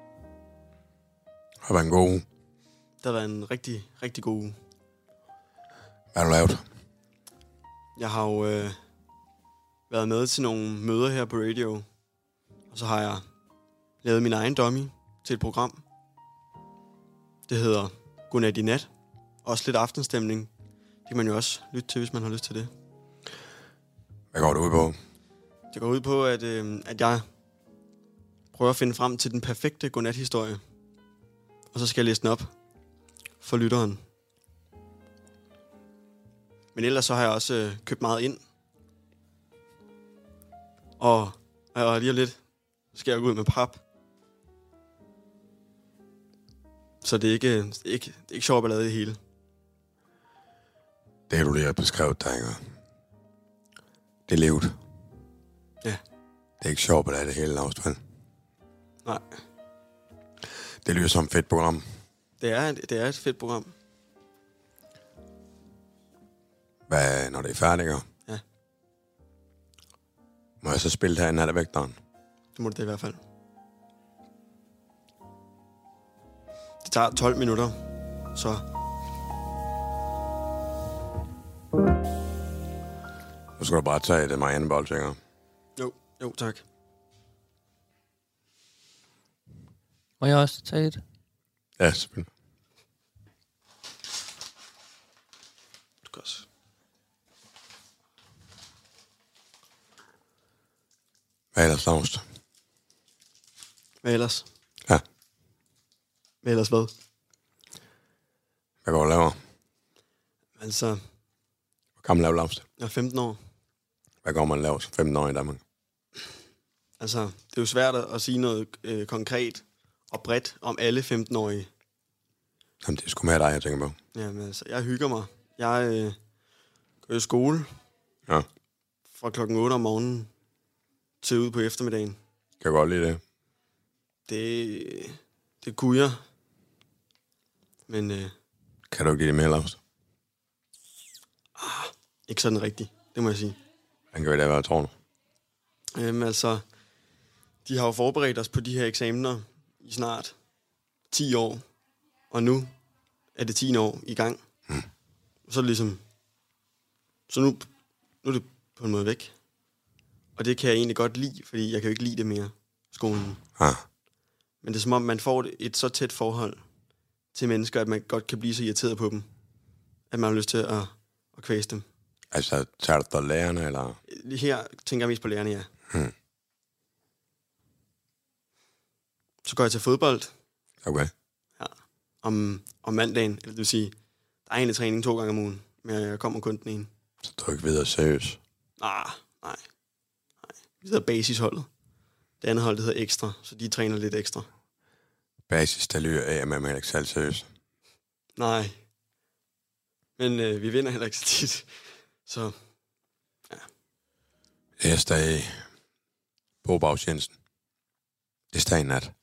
Har været en god uge. Det har været en rigtig, rigtig god uge. Hvad har du lavet? Jeg har jo været med til nogle møder her på radio. Og så har jeg lavet min egen dummy til et program. Det hedder Godnat i nat. Også lidt aftenstemning. Det kan man jo også lytte til, hvis man har lyst til det. Hvad går det ud på? Det går ud på, at jeg prøver at finde frem til den perfekte godnat-historie. Og så skal jeg læse den op for lytteren. Men ellers så har jeg også købt meget ind. Og lige om lidt skal jeg gå ud med pap. Så det er ikke sjovt at lave det hele. Det du lige har beskrevet, der ikke? Det er levet. Ja. Det er ikke sjovt at lade det hele afstand. Nej. Det lyder som et fedt program. Det er et fedt program. Hvad, når det er færdigt, ikke? Ja. Må jeg så spille det her i Nattervægteren? Det må det i hvert fald. Det tager 12 minutter, så... Nu skal du bare tage det Marianne Bolsinger. Jo, tak. Må jeg også tage et? Ja, selvfølgelig. Du kan også. Hvad ellers, Laust? Hvad ellers? Ja. Hvad ellers hvad? Hvad går du laver? Altså... Hvor gammel er du, Laust? Jeg er 15 år. Hvad går man lave som 15 år i Danmark? Altså, det er jo svært at sige noget konkret og bredt om alle 15-årige. Jamen, det er sgu mere dig, jeg tænker på. Jamen, altså, jeg hygger mig. Jeg går i skole. Ja. Fra klokken 8 om morgenen til ud på eftermiddagen. Kan jeg godt lide det? Det kunne jeg. Men... Kan du ikke lide det mere, Laust? Ikke sådan rigtigt, det må jeg sige. Han kan jo da være, tror du? Altså, de har jo forberedt os på de her eksamener i snart 10 år. Og nu er det 10 år i gang. Så er det ligesom... Så nu er det på en måde væk. Og det kan jeg egentlig godt lide, fordi jeg kan jo ikke lide det mere, skolen. Ah. Men det er som om, man får et så tæt forhold til mennesker, at man godt kan blive så irriteret på dem, at man har lyst til at kvæse dem. Altså, tager du lærerne, eller? Her tænker jeg mest på lærerne, ja. Så går jeg til fodbold. Okay. Ja. Om mandagen, eller det vil sige, der er egentlig træning 2 gange om ugen, men jeg kommer kun den ene. Så du er ikke videre seriøs? Nej. Vi hedder basisholdet. Det andet hold, det hedder ekstra, så de træner lidt ekstra. Basis, der lyder af, at man er ikke særlig seriøs. Nej. Men vi vinder heller ikke så tit. Så, ja. Jeg er stadig på Baus Jensen. Det er stadig nat.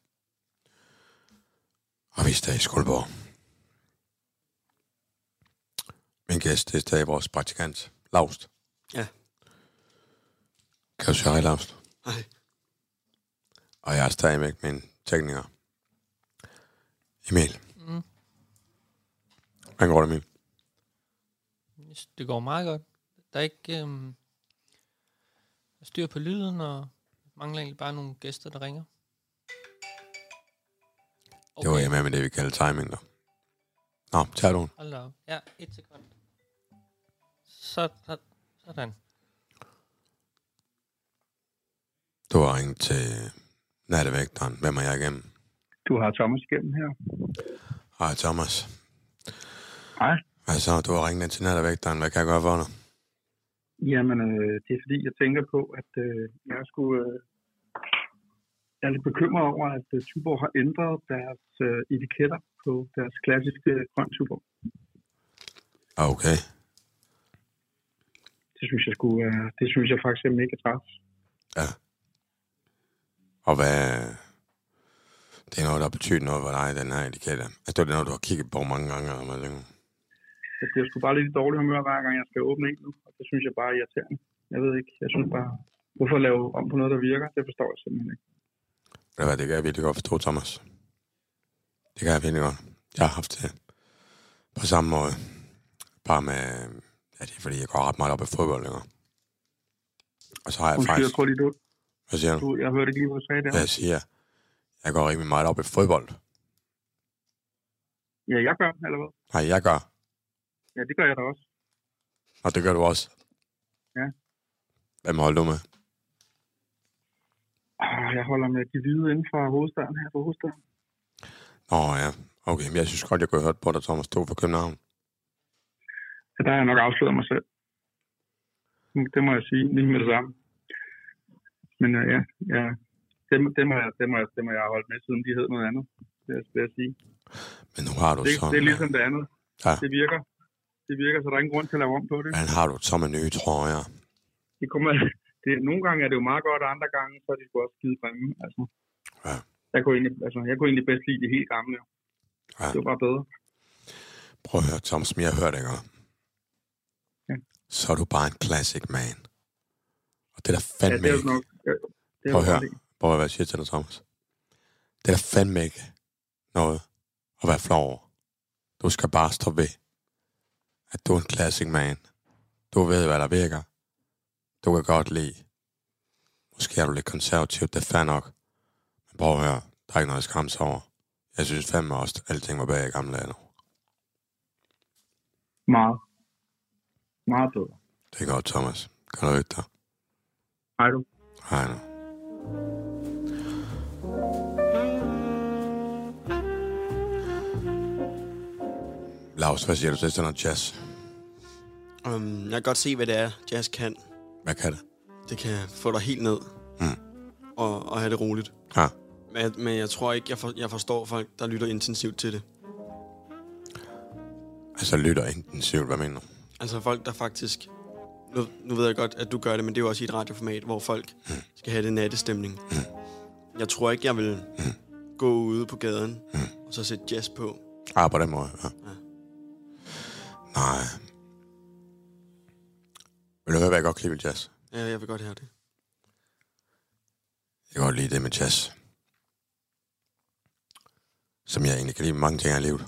Og vi er stadig i Skuldborg. Min gæst, det er stadig vores praktikant, Laust. Ja. Kan du sige hej, Laust? Hej. Og jeg er stadigvæk min tekniker. Emil. Hvordan går det, Emil? Det går meget godt. Der er ikke styr på lyden, og mangler egentlig bare nogle gæster, der ringer. Okay. Det var jeg med det, vi kalder timing, der. Nå, tager du den? Hold da op. Ja, 1 sekund. Så Sådan. Du har ringet til nattevægteren. Hvem er jeg igennem? Du har Thomas igennem her. Hej, Thomas. Hej. Hvad så? Du har ringet til nattevægteren. Hvad kan jeg gøre for dig? Jamen, det er fordi, jeg tænker på, at jeg er lidt bekymret over, at Tuborg har ændret deres etiketter på deres klassiske grøn Tuborg. Okay. Det synes jeg faktisk er mega træls. Ja. Og hvad... Det er noget, der betyder noget for dig, den her etikette. Altså, det er noget, du har kigget på mange gange, eller hvad? Det er sgu bare lidt i dårlig humør, hver gang jeg skal åbne en nu. Og det synes jeg bare er irriterende. Jeg ved ikke. Jeg synes bare... Hvorfor lave om på noget, der virker? Det forstår jeg simpelthen ikke. Det kan jeg virkelig godt forstå, Thomas. Det kan jeg virkelig godt. Jeg har haft det på samme måde. Bare med... Ja, det er fordi, jeg går ret meget op i fodbold, ikke? Og så har jeg faktisk... Jeg tror lige, du... Hvad siger du? Jeg hørte ikke lige, hvad du sagde der. Hvad jeg siger? Jeg går rigtig meget op i fodbold. Ja, jeg gør, eller hvad? Nej, jeg gør. Ja, det gør jeg da også. Og det gør du også? Ja. Hvem holder du med? Jeg holder med de hvide inden for hovedstaden her på hovedstaden. Ja. Okay, men jeg synes godt, jeg kunne have hørt på dig, Thomas. Du fra København. Ja, der har jeg nok afsløret mig selv. Det må jeg sige, lige med det samme. Men ja. Dem har jeg holdt med, siden de hed noget andet. Det vil jeg sige. Men nu har du sådan... Det er ligesom det andet. Ja. Det virker, så der er ingen grund til at lave om på det. Men har du så med nye trøjer? Nogle gange er det jo meget godt, og andre gange, så er de sgu også skide fremme. Altså. Ja. Jeg kunne egentlig bedst lide det helt gamle. Ja. Det var bare bedre. Prøv at høre, Tom, som jeg hørte, ikke? Ja. Så er du bare en classic man. Og det er der fandme det er ikke... Nok, prøv at høre, hvad jeg siger til dig, Thomas. Det er der fandme ikke noget at være flov over. Du skal bare stå ved, at du er en classic man. Du ved, hvad der virker. Du kan godt lide. Måske er du lidt konservativ, det er fair nok. Men prøv at høre, der er ikke noget at skamme sig over. Jeg synes fandme også, at alting var bag i gamle dage nu. Meget. Meget bedre. Det er godt, Thomas. Kan du høre dig? Hej du. Hej nu. Lars, hvad siger du til sådan noget jazz? Jeg kan godt se, hvad det er, jazz kan. Hvad kan det? Det kan få dig helt ned. Og have det roligt. Ja. Men jeg tror ikke, jeg forstår folk, der lytter intensivt til det. Altså lytter intensivt, hvad mener du? Altså folk, der faktisk... Nu ved jeg godt, at du gør det, men det er jo også i et radioformat, hvor folk skal have det nattestemning. Jeg tror ikke, jeg vil gå ude på gaden og så sætte jazz på. På den måde, ja. Nej. Vil du høre, hvad jeg godt kan lide med jazz? Ja, jeg vil godt høre det. Jeg kan godt lide det med jazz. Som jeg egentlig kan lide med mange ting i livet.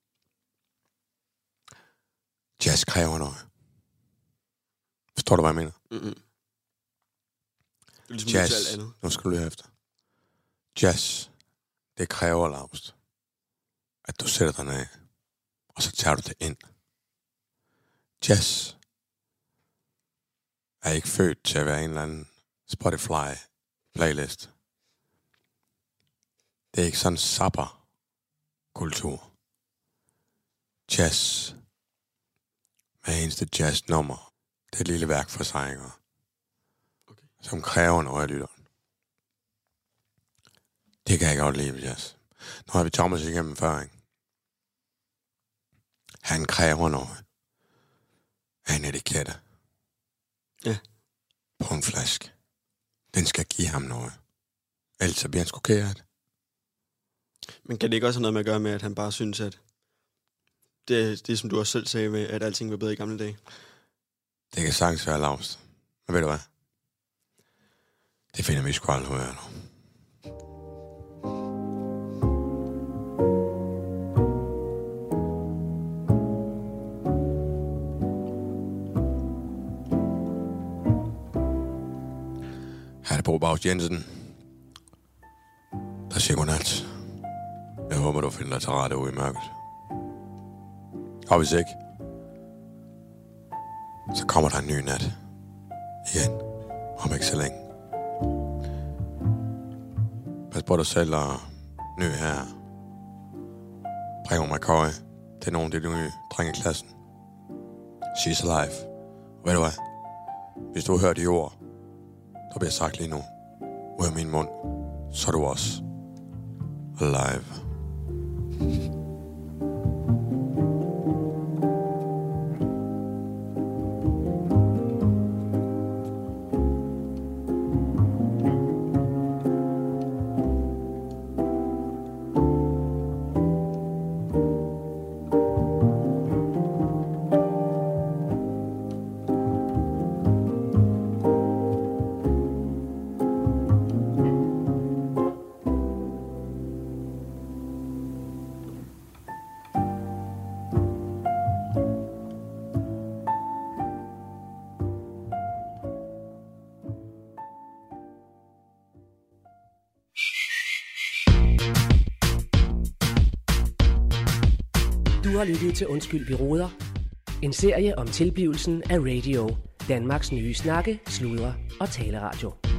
Jazz kræver noget. Forstår du, hvad jeg mener? Det er ligesom jazz, alt andet. nu skal du høre efter. Jazz, det kræver, Lars, at du sætter dig ned, og så tager du det ind. Jazz er ikke født til at være en eller anden Spotify-playlist. Det er ikke sådan zapper-kultur. Jazz, hver eneste jazz-nummer, det er et lille værk for sig, ikke? Okay. Som kræver noget af lytteren. Det kan jeg godt lide med jazz. Nu har vi Thomas igennem før, ikke? Han kræver noget af en etikette. Ja. På en flaske. Den skal give ham noget. Ellers bliver han sgu kæret. Men kan det ikke også have noget med at gøre med, at han bare synes, at det som du også selv sagde med, at alting var bedre i gamle dage? Det kan sagtens være, Lars. Men ved du hvad? Det finder vi sgu aldrig ud af nu. Her er det Bo Baus Jensen, der siger godnat. Jeg håber, du finder dig til rette ude i mørket. Og hvis ikke, så kommer der en ny nat. Igen. Om ikke så længe. Pas på dig selv og ny her. Primo McCoy. Det er nogle af de nye drenge i klassen. She's alive. Ved du hvad? Hvis du har hørt de ord, der bliver sagt lige nu, ud af min mund, så er du også alive. Du har lyttet til Undskyld, vi roder. En serie om tilblivelsen af radio. Danmarks nye snakke, sludre og taleradio.